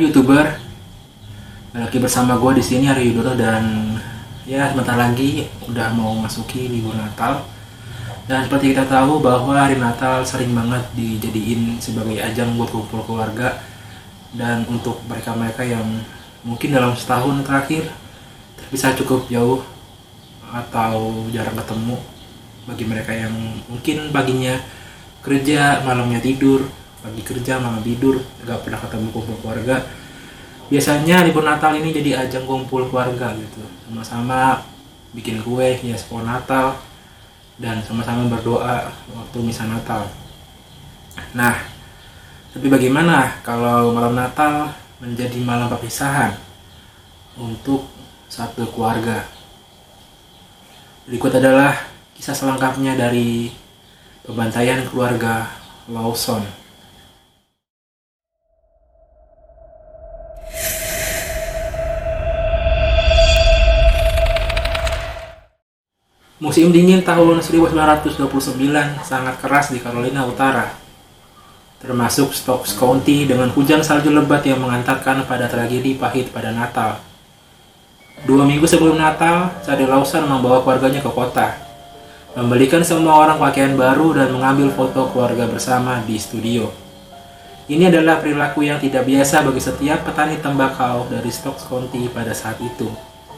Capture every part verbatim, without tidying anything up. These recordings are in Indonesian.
YouTuber. Lagi bersama gue di sini Ari Yudono, dan ya sebentar lagi udah mau masuki libur Natal. Dan seperti kita tahu bahwa hari Natal sering banget dijadiin sebagai ajang buat kumpul keluarga. Dan untuk mereka-mereka yang mungkin dalam setahun terakhir terpisah cukup jauh atau jarang ketemu, bagi mereka yang mungkin paginya kerja, malamnya tidur, pagi kerja, malam tidur, gak pernah ketemu kumpul keluarga. Biasanya libur Natal ini jadi ajang kumpul keluarga gitu, sama-sama bikin kue, hias pohon Natal, dan sama-sama berdoa waktu misa Natal. Nah, tapi bagaimana kalau malam Natal menjadi malam perpisahan untuk satu keluarga? Berikut adalah kisah selengkapnya dari pembantaian keluarga Lawson. Musim dingin tahun seribu sembilan ratus dua puluh sembilan sangat keras di Carolina Utara, termasuk Stokes County, dengan hujan salju lebat yang mengantarkan pada tragedi pahit pada Natal. Dua minggu sebelum Natal, Charlie Lawson membawa keluarganya ke kota, membelikan semua orang pakaian baru dan mengambil foto keluarga bersama di studio. Ini adalah perilaku yang tidak biasa bagi setiap petani tembakau dari Stokes County pada saat itu.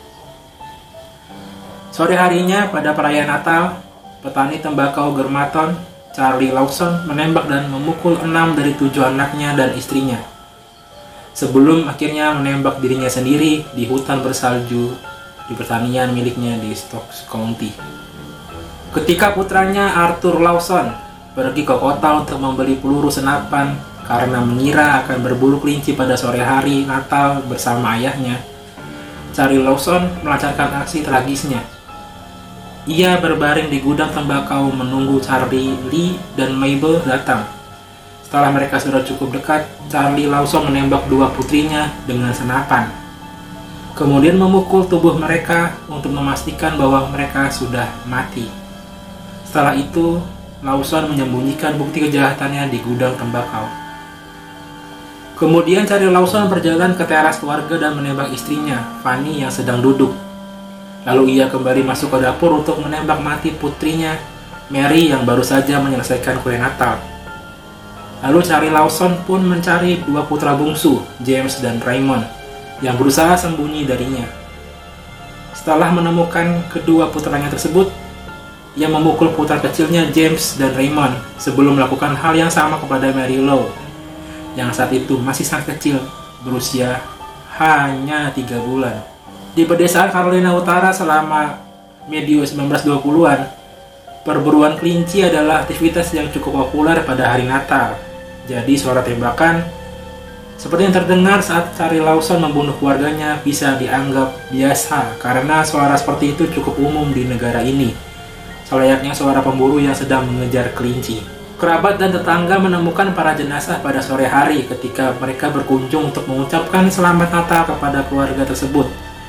Sore harinya pada perayaan Natal, petani tembakau Germaton, Charlie Lawson, menembak dan memukul enam dari tujuh anaknya dan istrinya, sebelum akhirnya menembak dirinya sendiri di hutan bersalju di pertanian miliknya di Stokes County. Ketika putranya Arthur Lawson pergi ke kota untuk membeli peluru senapan karena mengira akan berburu kelinci pada sore hari Natal bersama ayahnya, Charlie Lawson melancarkan aksi tragisnya. Ia berbaring di gudang tembakau menunggu Charlie, Lee, dan Mabel datang. Setelah mereka sudah cukup dekat, Charlie Lawson menembak dua putrinya dengan senapan, kemudian memukul tubuh mereka untuk memastikan bahwa mereka sudah mati. Setelah itu, Lawson menyembunyikan bukti kejahatannya di gudang tembakau. Kemudian Charlie Lawson berjalan ke teras keluarga dan menembak istrinya, Fanny, yang sedang duduk. Lalu ia kembali masuk ke dapur untuk menembak mati putrinya, Mary, yang baru saja menyelesaikan kue Natal. Lalu Charlie Lawson pun mencari dua putra bungsu, James dan Raymond, yang berusaha sembunyi darinya. Setelah menemukan kedua putranya tersebut, ia memukul putra kecilnya James dan Raymond sebelum melakukan hal yang sama kepada Mary Lou, yang saat itu masih sangat kecil, berusia hanya tiga bulan. Di pedesaan Carolina Utara selama medio sembilan belas dua puluhan, perburuan kelinci adalah aktivitas yang cukup populer pada hari Natal. Jadi suara tembakan seperti yang terdengar saat Charlie Lawson membunuh keluarganya bisa dianggap biasa, karena suara seperti itu cukup umum di negara ini, selayaknya suara pemburu yang sedang mengejar kelinci. Kerabat dan tetangga menemukan para jenazah pada sore hari ketika mereka berkunjung untuk mengucapkan selamat Natal kepada keluarga tersebut.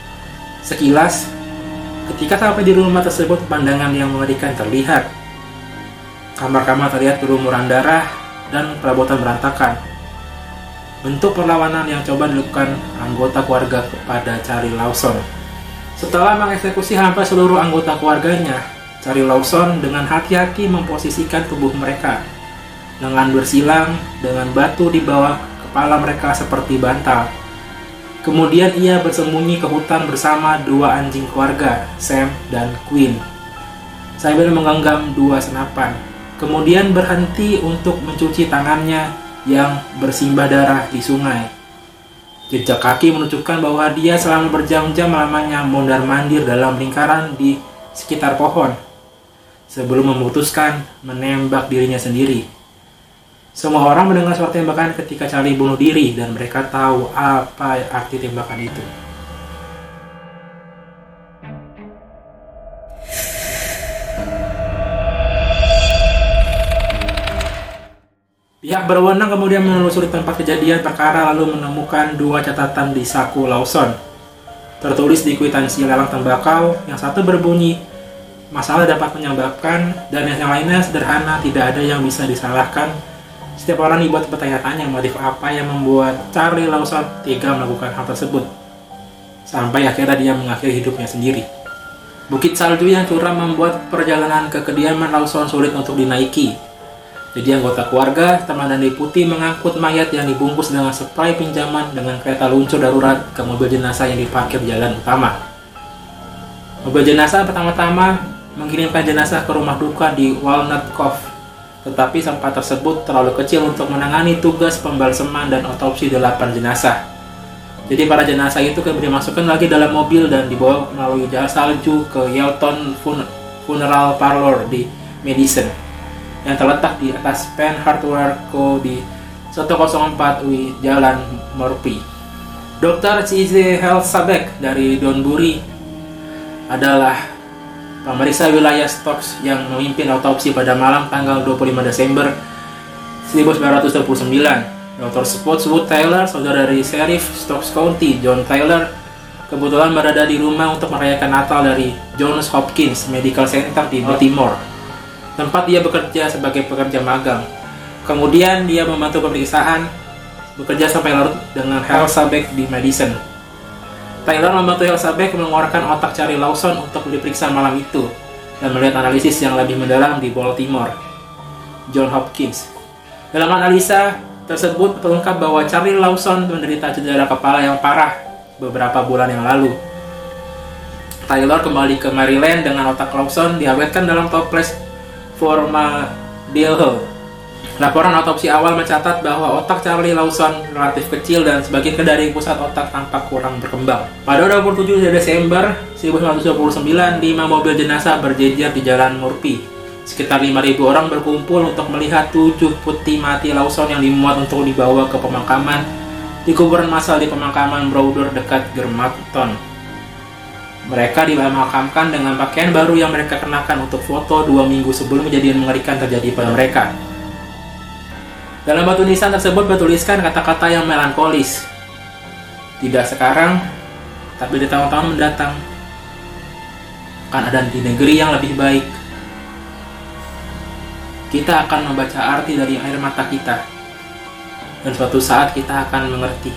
Sekilas, ketika sampai di rumah tersebut, pandangan yang mengerikan terlihat. Kamar-kamar terlihat berlumuran darah dan perabotan berantakan. Bentuk perlawanan yang coba dilakukan anggota keluarga kepada Charlie Lawson. Setelah mengeksekusi hampir seluruh anggota keluarganya, Charlie Lawson dengan hati-hati memposisikan tubuh mereka dengan bersilang dengan batu di bawah kepala mereka seperti bantal. Kemudian ia bersembunyi ke hutan bersama dua anjing keluarga, Sam dan Queen, sambil menggenggam dua senapan. Kemudian berhenti untuk mencuci tangannya yang bersimbah darah di sungai. Jejak kaki menunjukkan bahwa dia selama berjam-jam lamanya mondar-mandir dalam lingkaran di sekitar pohon, sebelum memutuskan menembak dirinya sendiri. Semua orang mendengar suara tembakan ketika Charlie bunuh diri, dan mereka tahu apa arti tembakan itu. Pihak berwenang kemudian menelusuri tempat kejadian perkara lalu menemukan dua catatan di saku Lawson. Tertulis di kwitansi lelang tembakau, yang satu berbunyi, "Masalah dapat menyebabkan," dan yang lainnya sederhana, "Tidak ada yang bisa disalahkan Setiap orang dibuat bertanya-tanya motif apa yang membuat Charlie Lawson tega melakukan hal tersebut. Sampai akhirnya dia mengakhiri hidupnya sendiri. Bukit salju yang curam membuat perjalanan ke kediaman Lawson sulit untuk dinaiki. Jadi anggota keluarga, teman dan deputi mengangkut mayat yang dibungkus dengan spray pinjaman dengan kereta luncur darurat ke mobil jenazah yang diparkir di jalan utama. Mobil jenazah pertama-tama mengirimkan jenazah ke rumah duka di Walnut Cove, tetapi tempat tersebut terlalu kecil untuk menangani tugas pembalseman dan otopsi delapan jenazah. Jadi para jenazah itu kemudian dimasukkan lagi dalam mobil dan dibawa melalui jalan salju ke Yalton Funeral Parlor di Madison, yang terletak di atas Penn Hardware Co. di seratus empat W Jalan Murphy. dokter C Z Helsabek dari Donbury adalah pemeriksa wilayah Stokes yang memimpin otopsi pada malam tanggal dua puluh lima Desember seribu sembilan ratus dua puluh sembilan. dokter Spotswood Taylor, saudara dari Sheriff Stokes County John Taylor, kebetulan berada di rumah untuk merayakan Natal dari Johns Hopkins Medical Center di Baltimore, tempat dia bekerja sebagai pekerja magang. Kemudian dia membantu pemeriksaan, bekerja sampai larut dengan Helsabek di Madison. Taylor membantu Helsabek mengeluarkan otak Charlie Lawson untuk diperiksa malam itu dan melihat analisis yang lebih mendalam di Baltimore, Johns Hopkins. Dalam analisa tersebut terungkap bahwa Charlie Lawson menderita cedera kepala yang parah beberapa bulan yang lalu. Taylor kembali ke Maryland dengan otak Lawson diawetkan dalam toples formaldehyde. Laporan otopsi awal mencatat bahwa otak Charlie Lawson relatif kecil dan sebagian dari pusat otak tampak kurang berkembang. Pada dua puluh tujuh Desember seribu sembilan ratus dua puluh sembilan, lima mobil jenazah berjejer di Jalan Murphy. Sekitar lima ribu orang berkumpul untuk melihat tujuh peti mati Lawson yang dimuat untuk dibawa ke pemakaman di kuburan massal di pemakaman Browder dekat Germantown. Mereka dimakamkan dengan pakaian baru yang mereka kenakan untuk foto dua minggu sebelum kejadian mengerikan terjadi pada mereka. Dalam batu nisan tersebut bertuliskan kata-kata yang melankolis. Tidak sekarang, tapi di tahun-tahun mendatang akan ada di negeri yang lebih baik. Kita akan membaca arti dari air mata kita, dan suatu saat kita akan mengerti.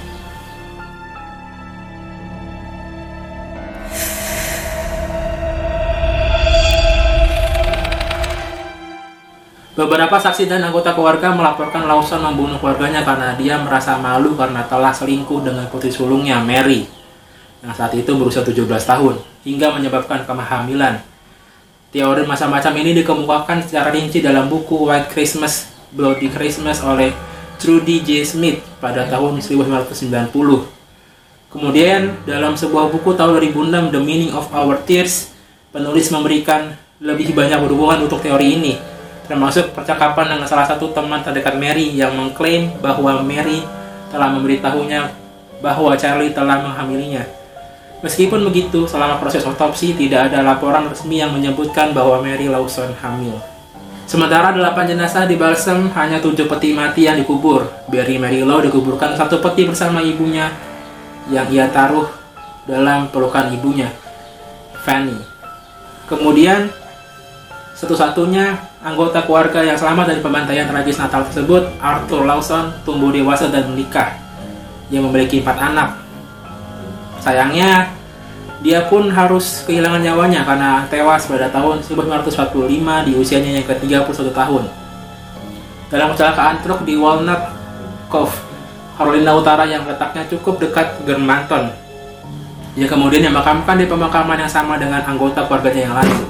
Beberapa saksi dan anggota keluarga melaporkan Lawson membunuh keluarganya karena dia merasa malu karena telah selingkuh dengan putri sulungnya, Mary, yang saat itu berusia tujuh belas tahun, hingga menyebabkan kehamilan. Teori macam-macam ini dikemukakan secara rinci dalam buku White Christmas, Bloody Christmas oleh Trudy J. Smith pada tahun seribu sembilan ratus sembilan puluh. Kemudian, dalam sebuah buku tahun dua ribu enam, The Meaning of Our Tears, penulis memberikan lebih banyak berhubungan untuk teori ini, termasuk percakapan dengan salah satu teman terdekat Mary yang mengklaim bahwa Mary telah memberitahunya bahwa Charlie telah menghamilinya. Meskipun begitu, selama proses otopsi tidak ada laporan resmi yang menyebutkan bahwa Mary Lawson hamil. Sementara delapan jenazah dibalsem, hanya tujuh peti mati yang dikubur. Barry Manilow dikuburkan satu peti bersama ibunya yang ia taruh dalam pelukan ibunya, Fanny. Kemudian, satu-satunya anggota keluarga yang selamat dari pembantaian tragis Natal tersebut, Arthur Lawson, tumbuh dewasa dan menikah. Ia memiliki empat anak. Sayangnya, dia pun harus kehilangan nyawanya karena tewas pada tahun seribu sembilan ratus empat puluh lima di usianya yang ke tiga puluh satu tahun. Dalam kecelakaan truk di Walnut Cove, Carolina Utara yang letaknya cukup dekat Germantown. Ia kemudian dimakamkan di pemakaman yang sama dengan anggota keluarganya yang lain.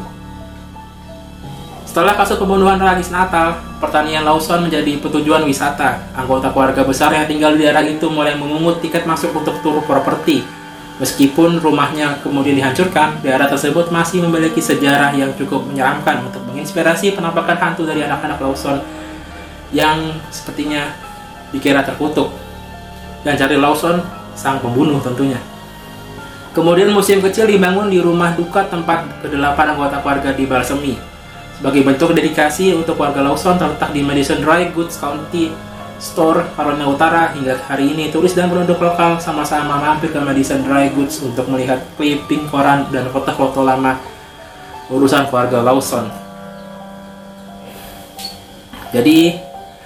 Setelah kasus pembunuhan tragis Natal, pertanian Lawson menjadi petujuan wisata. Anggota keluarga besar yang tinggal di daerah itu mulai memungut tiket masuk untuk tur properti. Meskipun rumahnya kemudian dihancurkan, daerah tersebut masih memiliki sejarah yang cukup menyeramkan untuk menginspirasi penampakan hantu dari anak-anak Lawson yang sepertinya dikira terkutuk. Dan Charlie Lawson, sang pembunuh tentunya. Kemudian museum kecil dibangun di rumah duka tempat kedelapan anggota keluarga dibalsemi. Sebagai bentuk dedikasi untuk keluarga Lawson terletak di Madison Dry Goods County Store, Carolina Utara. Hingga hari ini, turis dan penduduk lokal sama-sama mampir ke Madison Dry Goods untuk melihat clipping koran dan foto-foto lama urusan keluarga Lawson. Jadi,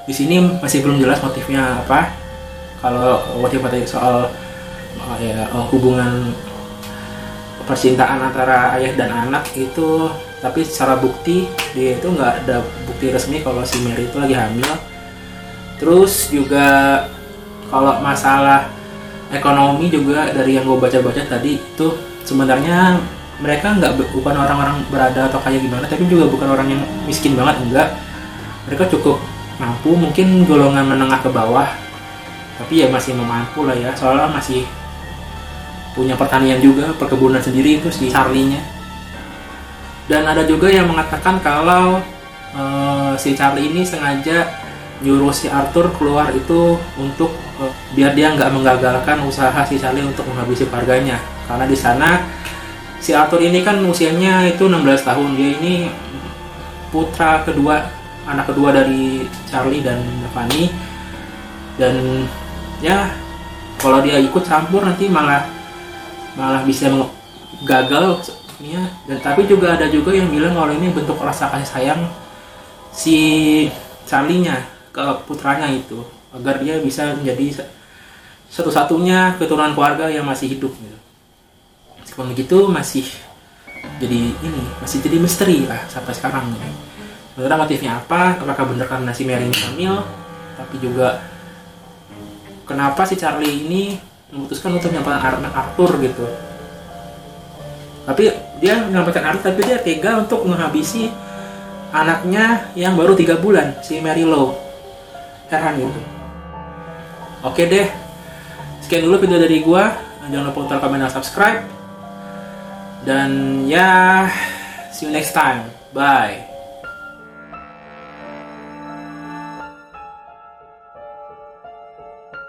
Di sini masih belum jelas motifnya apa. Kalau motif soal oh ya, hubungan percintaan antara ayah dan anak itu, tapi secara bukti dia itu nggak ada bukti resmi kalau si Mary itu lagi hamil. Terus juga kalau masalah ekonomi juga dari yang gue baca-baca tadi itu sebenarnya mereka nggak bukan orang-orang berada atau kaya gimana, tapi juga bukan orang yang miskin banget, enggak. Mereka cukup mampu, mungkin golongan menengah ke bawah, tapi ya masih mampu lah ya, soalnya masih punya pertanian juga, perkebunan sendiri itu si Charlie-nya. Dan ada juga yang mengatakan kalau uh, si Charlie ini sengaja nyuruh si Arthur keluar itu untuk uh, biar dia nggak menggagalkan usaha si Charlie untuk menghabisi keluarganya. Karena di sana si Arthur ini kan usianya itu enam belas tahun, dia ini putra kedua, anak kedua dari Charlie dan Fanny. Dan ya kalau dia ikut campur nanti malah malah bisa gagal ya. Dan tapi juga ada juga yang bilang kalau ini bentuk rasa kasih sayang si Charlie-nya ke putranya itu, agar dia bisa menjadi satu-satunya keturunan keluarga yang masih hidup gitu. Meskipun begitu masih jadi ini masih jadi misteri lah sampai sekarang ya. Sebenarnya motifnya apa? Apakah benar karena si Mary ini hamil? Tapi juga kenapa si Charlie ini memutuskan untuk menyelamatkan anak Arthur gitu. Tapi dia menyelamatkan Arthur, tapi dia tega untuk menghabisi anaknya yang baru tiga bulan, si Mary Lou. Heran gitu. Oke deh, sekian dulu video dari gua. Jangan lupa untuk komen dan subscribe. Dan ya, see you next time. Bye.